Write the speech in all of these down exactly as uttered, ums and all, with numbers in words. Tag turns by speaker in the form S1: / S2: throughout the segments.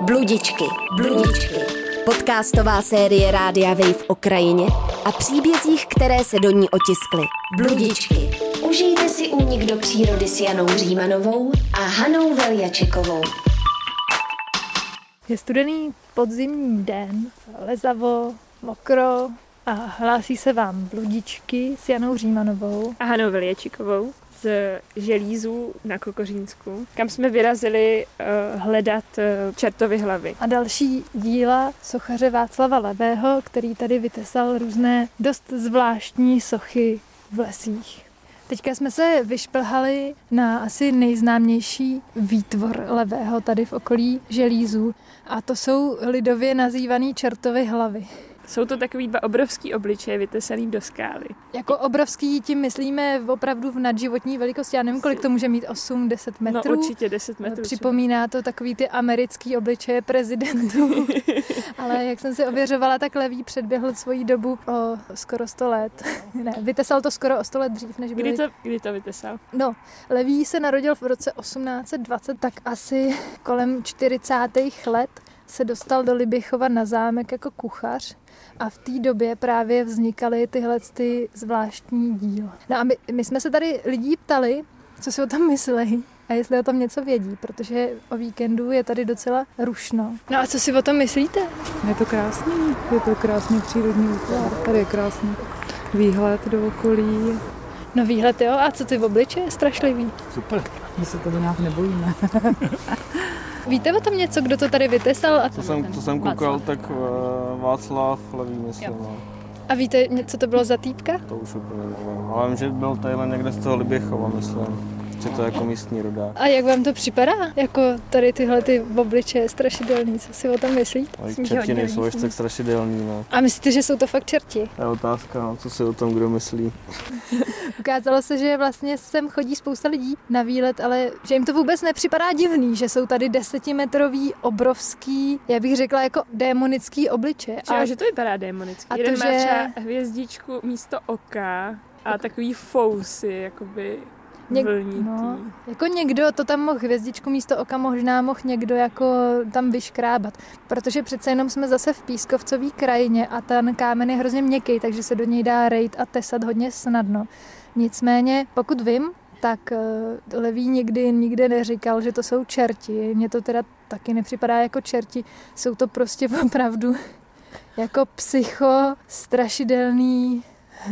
S1: Bludičky. Bludičky. Podcastová série Rádia Wave o krajině a příbězích, které se do ní otiskly. Bludičky. Užijte si únik do přírody s Janou Římanovou a Hanou Veljačekovou.
S2: Je studený podzimní den, lezavo, mokro a hlásí se vám Bludičky s Janou Římanovou
S3: a Hanou Veljačekovou z Želízů na Kokořínsku, kam jsme vyrazili uh, hledat uh, čertovy hlavy.
S2: A další díla sochaře Václava Levého, který tady vytesal různé dost zvláštní sochy v lesích. Teďka jsme se vyšplhali na asi nejznámější výtvor Levého tady v okolí Želízů a to jsou lidově nazývané čertovy hlavy.
S3: Jsou to takový dva obrovský obličeje vytesaný do skály.
S2: Jako obrovský tím myslíme opravdu v nadživotní velikosti. Já nevím, kolik to může mít, osm deset metrů.
S3: No určitě deset metrů.
S2: Připomíná to takový ty americký obličeje prezidentů. Ale jak jsem si ověřovala, tak Levý předběhl svoji dobu o skoro sto let. Ne, vytesal to skoro o sto let dřív, než byli...
S3: Kdy to, kdy to vytesal?
S2: No, Levý se narodil v roce osmnáct set dvacet, tak asi kolem čtyřicátých let se dostal do Libichova na zámek jako kuchař a v té době právě vznikaly tyhle ty zvláštní díla. No a my, my jsme se tady lidí ptali, co si o tom myslejí a jestli o tom něco vědí, protože o víkendu je tady docela rušno. No a co si o tom myslíte?
S4: Je to krásný, je to krásný přírodní útvar, tady je krásný výhled do okolí.
S2: No výhled jo, a co ty v obličeje? Strašlivý.
S4: Super, my se toho nějak nebojíme.
S2: Víte o tom něco, kdo to tady vytesal? A
S5: to jsem, to jsem koukal, Václav. tak uh, Václav Levý, myslím.
S2: A víte, co to bylo za týpka?
S5: To už úplně nevím, ale vím, že byl tadyhle někde z toho Liběchova, myslím. Že to je jako místní rodák.
S2: A jak vám to připadá? Jako tady tyhle ty obličeje strašidelný, co si o tom myslíte?
S5: Ale čerti nejsou ještě tak strašidelný, no.
S2: A myslíte, že jsou to fakt čerti?
S5: To je otázka, no, co si o tom kdo myslí.
S2: Ukázalo se, že vlastně sem chodí spousta lidí na výlet, ale že jim to vůbec nepřipadá divný, že jsou tady desetimetrový, obrovský, já bych řekla jako démonický obličeje.
S3: A že to vypadá démonicky. A Jeden to, má že... třeba hvězdičku místo oka a takový fousy, jakoby...
S2: Něk- no, jako někdo to tam mohl hvězdičku místo oka, možná mohl někdo jako tam vyškrábat, protože přece jenom jsme zase v pískovcové krajině a ten kámen je hrozně měkký, takže se do něj dá rejt a tesat hodně snadno. Nicméně, pokud vím, tak uh, Levý nikdy nikde neříkal, že to jsou čerti. Mně to teda taky nepřipadá jako čerti, jsou to prostě opravdu jako psycho, strašidelný,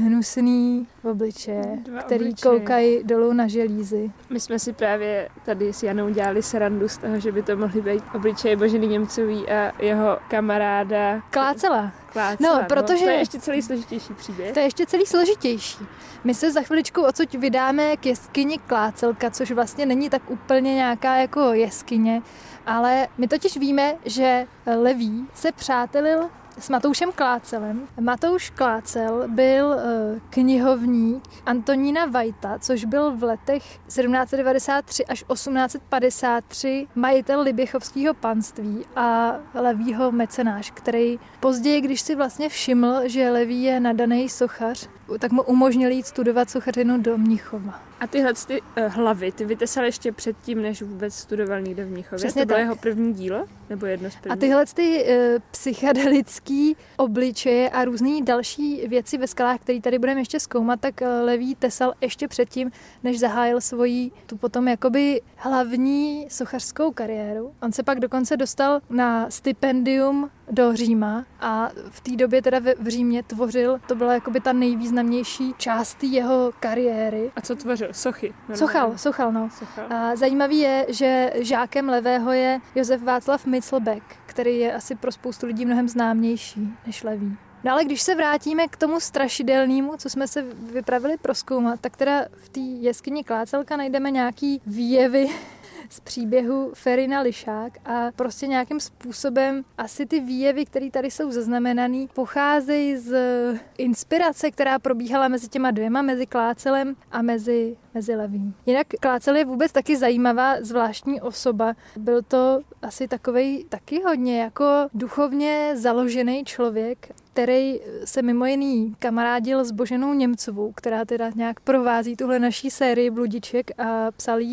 S2: hnusný obličeje, Dva který obličeje. Koukají dolů na Želízy.
S3: My jsme si právě tady s Janou dělali srandu z toho, že by to mohly být obličeje Boženy Němcový a jeho kamaráda
S2: Klácela.
S3: Klácela,
S2: no, protože...
S3: No, to je ještě celý složitější příběh.
S2: To je ještě celý složitější. My se za chviličku odsud vydáme k jeskyni Klácelka, což vlastně není tak úplně nějaká jako jeskyně, ale my totiž víme, že Levý se přátelil s Matoušem Klácelem. Matouš Klácel byl uh, knihovník Antonína Vajta, což byl v letech sedmnáct set devadesát tři až osmnáct set padesát tři majitel Liběchovského panství a Levýho mecenáš, který později, když si vlastně všiml, že Levý je nadaný sochař, tak mu umožnil jít studovat sochařinu do Mnichova.
S3: A tyhle ty uh, hlavy, ty vytesal ještě předtím, než vůbec studoval někde v Mnichově?
S2: Přesně
S3: to bylo
S2: tak.
S3: jeho první dílo? Nebo jedno z prvních?
S2: A tyhle ty uh, psychedelický obličeje a různý další věci ve skalách, které tady budeme ještě zkoumat, tak uh, Levý tesal ještě předtím, než zahájil svoji tu potom jakoby hlavní sochařskou kariéru. On se pak dokonce dostal na stipendium do Říma a v té době teda v Římě tvořil, to byla jakoby ta nejvýznamnější část jeho kariéry.
S3: A co tvořil? Sochy.
S2: Sochal, sochal, no.
S3: Sochal.
S2: A zajímavý je, že žákem Levého je Josef Václav Myslbek, který je asi pro spoustu lidí mnohem známější než Levý. No ale když se vrátíme k tomu strašidelnému, co jsme se vypravili prozkoumat, tak teda v té jeskyni Klácelka najdeme nějaký výjevy z příběhu Ferina Lišák a prostě nějakým způsobem asi ty výjevy, které tady jsou zaznamenaný, pocházejí z inspirace, která probíhala mezi těma dvěma, mezi Klácelem a mezi, mezi Levým. Jinak Klácel je vůbec taky zajímavá, zvláštní osoba. Byl to asi takovej taky hodně jako duchovně založený člověk, který se mimo jiný kamarádil s Boženou Němcovou, která teda nějak provází tuhle naší sérii Bludiček a psal jí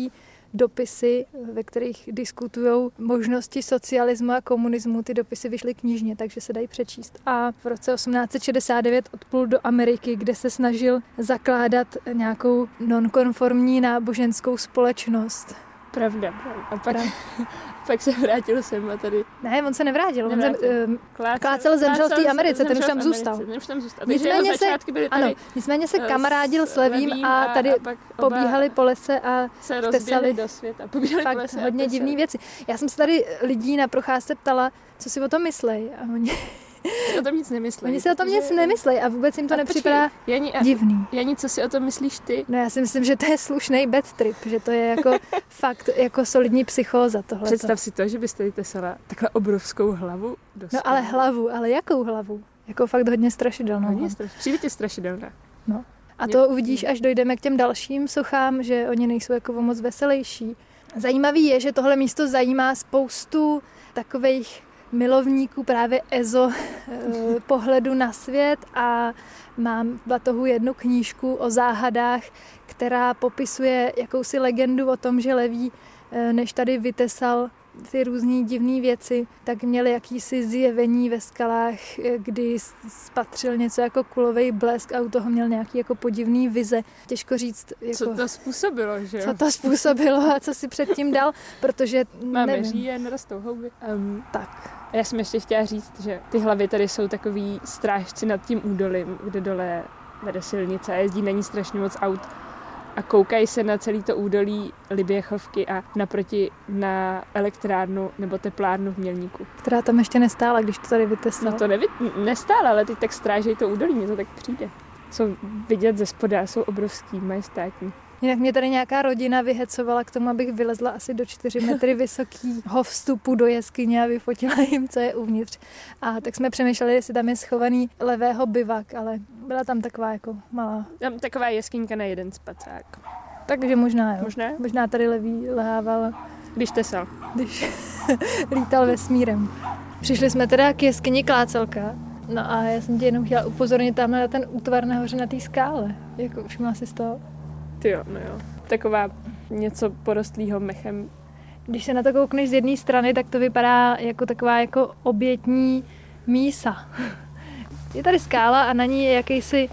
S2: dopisy, ve kterých diskutují možnosti socialismu a komunismu. Ty dopisy vyšly knižně, takže se dají přečíst. A v roce osmnáct set šedesát devět odplul do Ameriky, kde se snažil zakládat nějakou nonkonformní náboženskou společnost.
S3: Pravda. A pak, pak se vrátil sem a tady...
S2: Ne, on se nevrátil.
S3: nevrátil.
S2: On zem, um, Klácel, Klácel zemřel v té Americe, ten už tam zůstal.
S3: Ten už tam zůstal.
S2: Nicméně se, ano, nicméně se kamarádil s Levým a tady a pobíhali po lese a
S3: se rozběhli do světa. Pobíhali
S2: fakt
S3: po lese
S2: hodně divný věci. Já jsem se tady lidí na procházce ptala, co si o tom myslej. A oni...
S3: o tom nic nemyslej.
S2: Oni si o tom nic nemyslej a vůbec jim to
S3: a
S2: nepřipadá
S3: počkej, Jani, a,
S2: divný.
S3: Jani, co si o tom myslíš ty?
S2: No já si myslím, že to je slušný bad trip, že to je jako fakt jako solidní psychóza tohle.
S3: Představ si to, že byste vytesala takhle obrovskou hlavu do
S2: No ale hlavu, ale jakou hlavu? Jako fakt hodně strašidelnou.
S3: Hodně strašidelná. Přijde tě strašidelná.
S2: No. A to uvidíš, až dojdeme k těm dalším sochám, že oni nejsou jako moc veselější. Zajímavý je, že tohle místo zajímá spoustu takových milovníků právě ezo pohledu na svět a mám v batohu jednu knížku o záhadách, která popisuje jakousi legendu o tom, že Levý, než tady vytesal ty různý divné věci, tak měl jakýsi zjevení ve skalách, kdy spatřil něco jako kulovej blesk a u toho měl nějaký jako podivný vize. Těžko říct, jako,
S3: co to způsobilo, že jo?
S2: Co to způsobilo a co si předtím dal, protože
S3: máme
S2: nevím.
S3: říje, nerostou houby. Um,
S2: tak.
S3: Já jsem ještě chtěla říct, že ty hlavy tady jsou takový strážci nad tím údolím, kde dole vede silnice a jezdí na ní strašně moc aut. A koukají se na celý to údolí Liběchovky a naproti na elektrárnu nebo teplárnu v Mělníku.
S2: Která tam ještě nestála, když to tady vytesal.
S3: No to nevy, nestála, ale teď tak strážejí to údolí, mně to tak přijde. Jsou vidět ze spoda, jsou obrovský, majestátní.
S2: Jinak mě tady nějaká rodina vyhecovala k tomu, abych vylezla asi do čtyři metry vysokého vstupu do jeskyně a vyfotila jim, co je uvnitř. A tak jsme přemýšleli, jestli tam je schovaný Levého bivak, ale byla tam taková jako malá.
S3: Tam taková jeskyňka na jeden spacák.
S2: Takže možná jo.
S3: Možná?
S2: Možná tady Levý lehával.
S3: Když tesal.
S2: Když lítal vesmírem. Přišli jsme teda k jeskyni Klácelka. No a já jsem tě jenom chtěla upozornit tam na ten útvar nahoře na té skále. Jako všimla jsi z toho?
S3: Ty jo, no jo. Taková něco porostlýho mechem.
S2: Když se na to koukneš z jedné strany, tak to vypadá jako taková jako obětní mísa. Je tady skála a na ní je jakýsi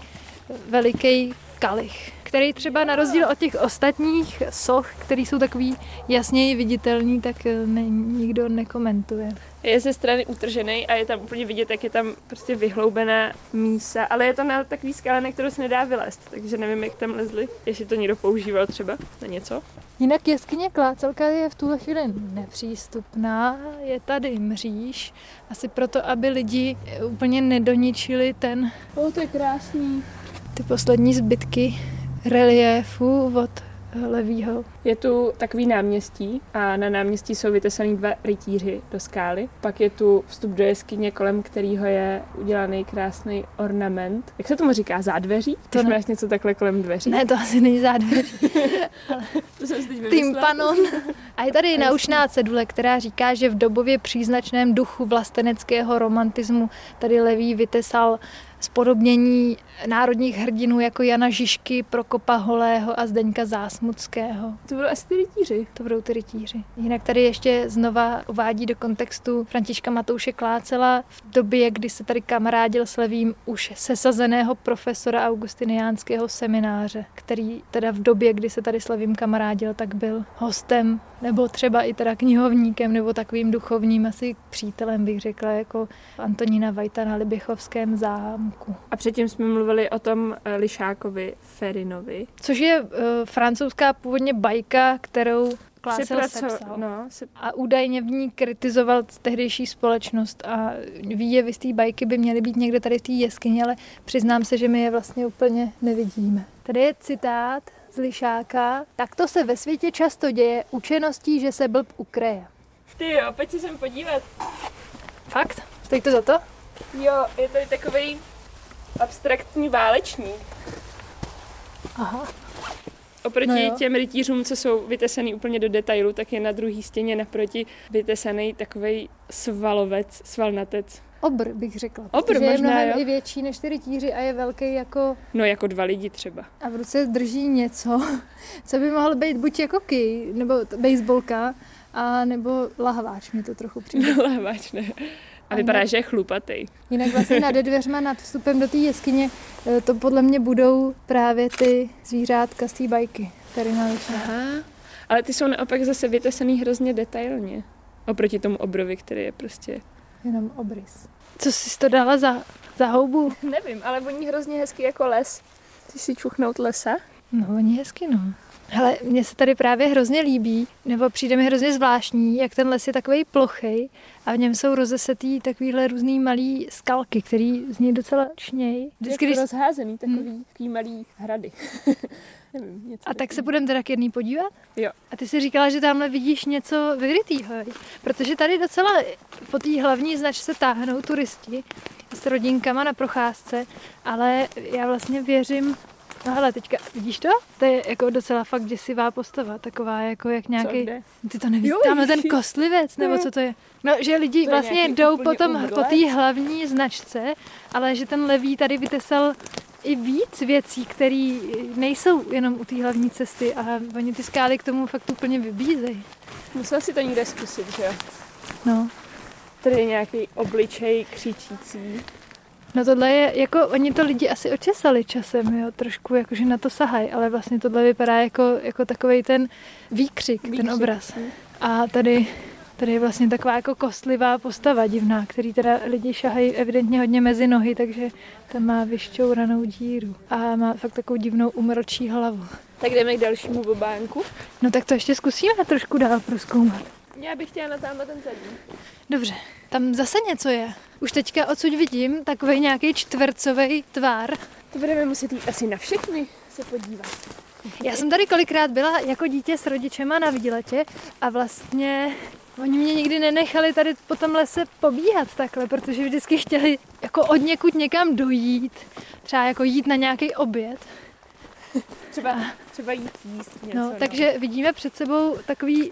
S2: veliký kalich, který třeba na rozdíl od těch ostatních soch, který jsou takový jasněji viditelný, tak ne, nikdo nekomentuje.
S3: Je ze strany utržený a je tam úplně vidět, jak je tam prostě vyhloubená mísa, ale je to na takový skále, na kterou se nedá vylézt, takže nevím, jak tam lezli, jestli to někdo používal třeba na něco.
S2: Jinak jeskyně Klácelka je v tuhle chvíli nepřístupná, je tady mříž, asi proto, aby lidi úplně nedoničili ten...
S3: O, to je krásný.
S2: Ty poslední zbytky reliéfu od Levýho.
S3: Je tu takový náměstí a na náměstí jsou vytesaný dva rytíři do skály. Pak je tu vstup do jeskyně, kolem kterého je udělaný krásný ornament. Jak se tomu říká? Zádveří? To Když ne... máš něco takhle kolem dveří?
S2: Ne, to asi není zádveří.
S3: To jsem si teď
S2: tympanon. A je tady naučná cedule, která říká, že v dobově příznačném duchu vlasteneckého romantismu tady Levý vytesal spodobnění národních hrdinů jako Jana Žižky, Prokopa Holého a Zdeňka Zásmudského.
S3: To budou asi ty rytíři.
S2: To budou ty rytíři. Jinak tady ještě znova uvádí do kontextu Františka Matouše Klácela v době, kdy se tady kamarádil s Levým už sesazeného profesora augustiniánského semináře, který teda v době, kdy se tady s Levým kamarádil, tak byl hostem nebo třeba i teda knihovníkem nebo takovým duchovním asi přítelem, bych řekla, jako Antonína Vajta na Liběchovském zámku.
S3: A předtím jsme mluvili o tom Lišákovi Ferinovi.
S2: Což je uh, francouzská původně bajka, kterou Klácel
S3: praco-
S2: sepsal.
S3: No, se...
S2: A údajně v ní kritizoval tehdejší společnost a výjevy z té bajky by měly být někde tady v té jeskyni, ale přiznám se, že my je vlastně úplně nevidíme. Tady je citát z Lišáka. Takto se ve světě často děje učeností, že se blb ukreje.
S3: Ty jo, pojď se sem podívat.
S2: Fakt? Stojí to za to?
S3: Jo, je tady takovej abstraktní válečník.
S2: Aha.
S3: Oproti
S2: No
S3: těm rytířům, co jsou vytesaný úplně do detailu, tak je na druhé stěně naproti vytesaný takovej svalovec, svalnatec.
S2: obr, bych řekla.
S3: Obr
S2: protože
S3: možná,
S2: je mnohem
S3: jo.
S2: i větší než ty rytíři a je velký jako...
S3: No jako dva lidi třeba.
S2: A v ruce drží něco, co by mohl být buď jako kij, nebo baseballka, a nebo lahváč, mě to trochu přijde.
S3: No lahváč, ne. A vypadá,
S2: jinak,
S3: že je chlupatej.
S2: Jinak vlastně nad dveřma, nad vstupem do té jeskyně, to podle mě budou právě ty zvířátka z té bajky, tady na Lišně.
S3: Aha. Ale ty jsou naopak zase vytesaný hrozně detailně. Oproti tomu obrovi, který je prostě...
S2: Jenom obrys. Co jsi to dala za, za houbu?
S3: Nevím, ale voní hrozně hezky jako les. Ty si čuchnout lesa?
S2: No, voní hezky, no. Hele, mně se tady právě hrozně líbí, nebo přijde mi hrozně zvláštní, jak ten les je takovej plochej a v něm jsou rozesetý takovýhle různý malý skalky, který z něj docela čněj.
S3: Vždycky, když... rozházený, takový, hmm. takový malý hrady. Nevím, něco
S2: a tak se budeme teda k jedný podívat?
S3: Jo.
S2: A ty jsi říkala, že tamhle vidíš něco vyrytýho, protože tady docela po té hlavní značce táhnou turisti s rodinkama na procházce, ale já vlastně věřím. No hele, teďka, vidíš to? To je jako docela fakt děsivá postava, taková jako jak nějaký. Ty to nevíš, tamhle ten kostlivec, nebo co to je? No, že lidi vlastně jdou potom po té hlavní značce, ale že ten levý tady vytesal i víc věcí, které nejsou jenom u té hlavní cesty a oni ty skály k tomu fakt úplně vybízejí.
S3: Musela si to někde zkusit, že jo?
S2: No.
S3: Tady je nějaký obličej křičící.
S2: No tohle je, jako oni to lidi asi očesali časem, jo, trošku jakože na to sahají, ale vlastně tohle vypadá jako, jako takovej ten výkřik, výkřik, ten obraz. A tady, tady je vlastně taková jako kostlivá postava divná, který teda lidi šahají evidentně hodně mezi nohy, takže tam má vyšťouranou díru a má fakt takovou divnou umrčí hlavu.
S3: Tak jdeme k dalšímu bobánku.
S2: No tak to ještě zkusíme trošku dál prozkoumat.
S3: Já bych chtěla na tamhle ten zadní.
S2: Dobře, tam zase něco je. Už teďka odsud vidím takovej nějaký čtvercový tvar.
S3: To budeme muset jít asi na všechny se podívat.
S2: Já jsem tady kolikrát byla jako dítě s rodičema na výletě a vlastně oni mě nikdy nenechali tady po tom lese pobíhat takhle, protože vždycky chtěli jako od někud někam dojít, třeba jako jít na nějaký oběd.
S3: Třeba, třeba jít jíst něco.
S2: No,
S3: no.
S2: takže vidíme před sebou takový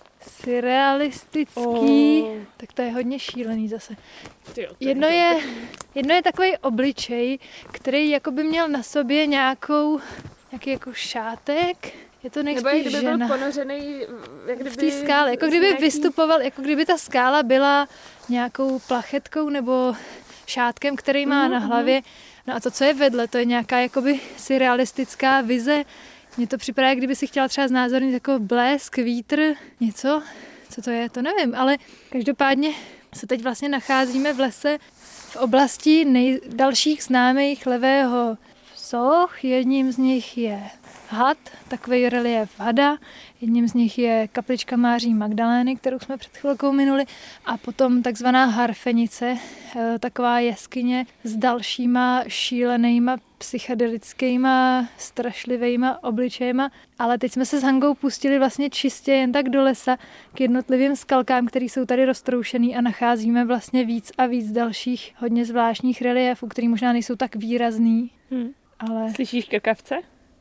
S2: surrealistický, oh. Tak to je hodně šílený zase.
S3: Tyjo,
S2: jedno, je, jedno je takový obličej, který jako by měl na sobě nějakou, nějaký jako šátek. Je to nejspíš
S3: Nebo jak kdyby
S2: žena.
S3: byl ponořený jak kdyby
S2: v té skále, jako kdyby nějaký... vystupoval, jako kdyby ta skála byla nějakou plachetkou nebo šátkem, který má mm, na hlavě. Mm. No a to, co je vedle, to je nějaká jakoby surrealistická vize. Mně to připadá, jak kdyby si chtěla třeba znázornit jako blesk, vítr, něco. Co to je, to nevím, ale každopádně se teď vlastně nacházíme v lese v oblasti nej- dalších známých levého soch. Jedním z nich je had, takový relief hada. Jedním z nich je kaplička Máří Magdalény, kterou jsme před chvilkou minuli. A potom takzvaná Harfenice, taková jeskyně s dalšíma šílenýma psychedelickýma, strašlivýma obličejma. Ale teď jsme se s Hangou pustili vlastně čistě jen tak do lesa k jednotlivým skalkám, které jsou tady roztroušený a nacházíme vlastně víc a víc dalších hodně zvláštních reliefů, které možná nejsou tak výrazný. Hmm. Ale...
S3: Slyšíš krkavce?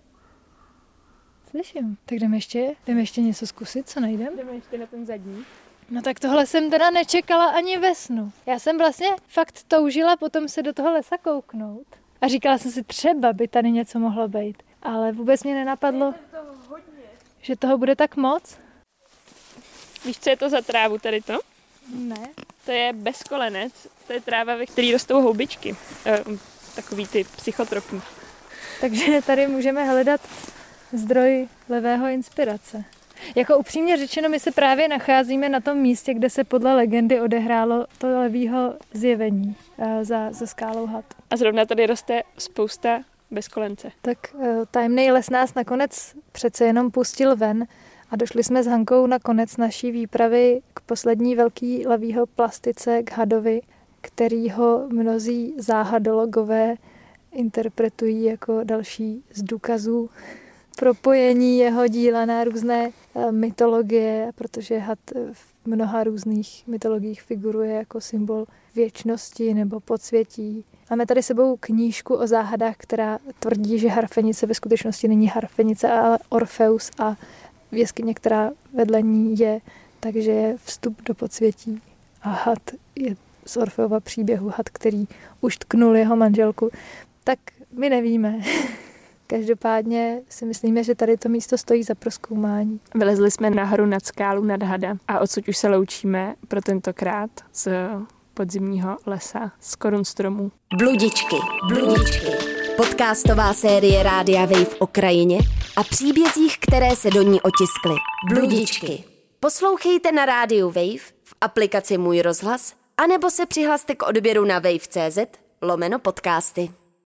S2: Slyším. Tak jdeme ještě, jdeme ještě něco zkusit, co najdeme?
S3: Jdeme ještě na ten zadní.
S2: No tak tohle jsem teda nečekala ani ve snu. Já jsem vlastně fakt toužila potom se do toho lesa kouknout. A říkala jsem si, třeba by tady něco mohlo být. Ale vůbec mě nenapadlo, že toho bude tak moc.
S3: Víš, co je to za trávu tady to?
S2: Ne.
S3: To je bezkolenec. To je tráva, ve které rostou houbičky. E, takový ty psychotropní.
S2: Takže tady můžeme hledat zdroj levého inspirace. Jako upřímně řečeno, my se právě nacházíme na tom místě, kde se podle legendy odehrálo to levýho zjevení za, za skálou had.
S3: A zrovna tady roste spousta bezkolence.
S2: Tak tajemný les nás nakonec přece jenom pustil ven a došli jsme s Hankou na konec naší výpravy k poslední velký levýho plastice, k hadovi, kterýho mnozí záhadologové interpretují jako další z důkazů propojení jeho díla na různé mytologie, protože had v mnoha různých mytologiích figuruje jako symbol věčnosti nebo podsvětí. Máme tady sebou knížku o záhadách, která tvrdí, že Harfenice ve skutečnosti není Harfenice, ale Orfeus a jeskyně, která vedle ní je, takže je vstup do podsvětí. A had je z Orfeova příběhu, had, který už tknul jeho manželku, tak my nevíme. Každopádně si myslíme, že tady to místo stojí za prozkoumání.
S3: Vylezli jsme nahoru nad skálu nad Hada a odsud už se loučíme pro tentokrát z podzimního lesa z korun stromů.
S1: Bludičky, bludičky. Podcastová série Rádia Wave o krajině a příbězích, které se do ní otiskly. Bludičky. Poslouchejte na rádiu Wave, v aplikaci Můj rozhlas, anebo se přihlaste k odběru na wave tečka cz lomeno podcasty.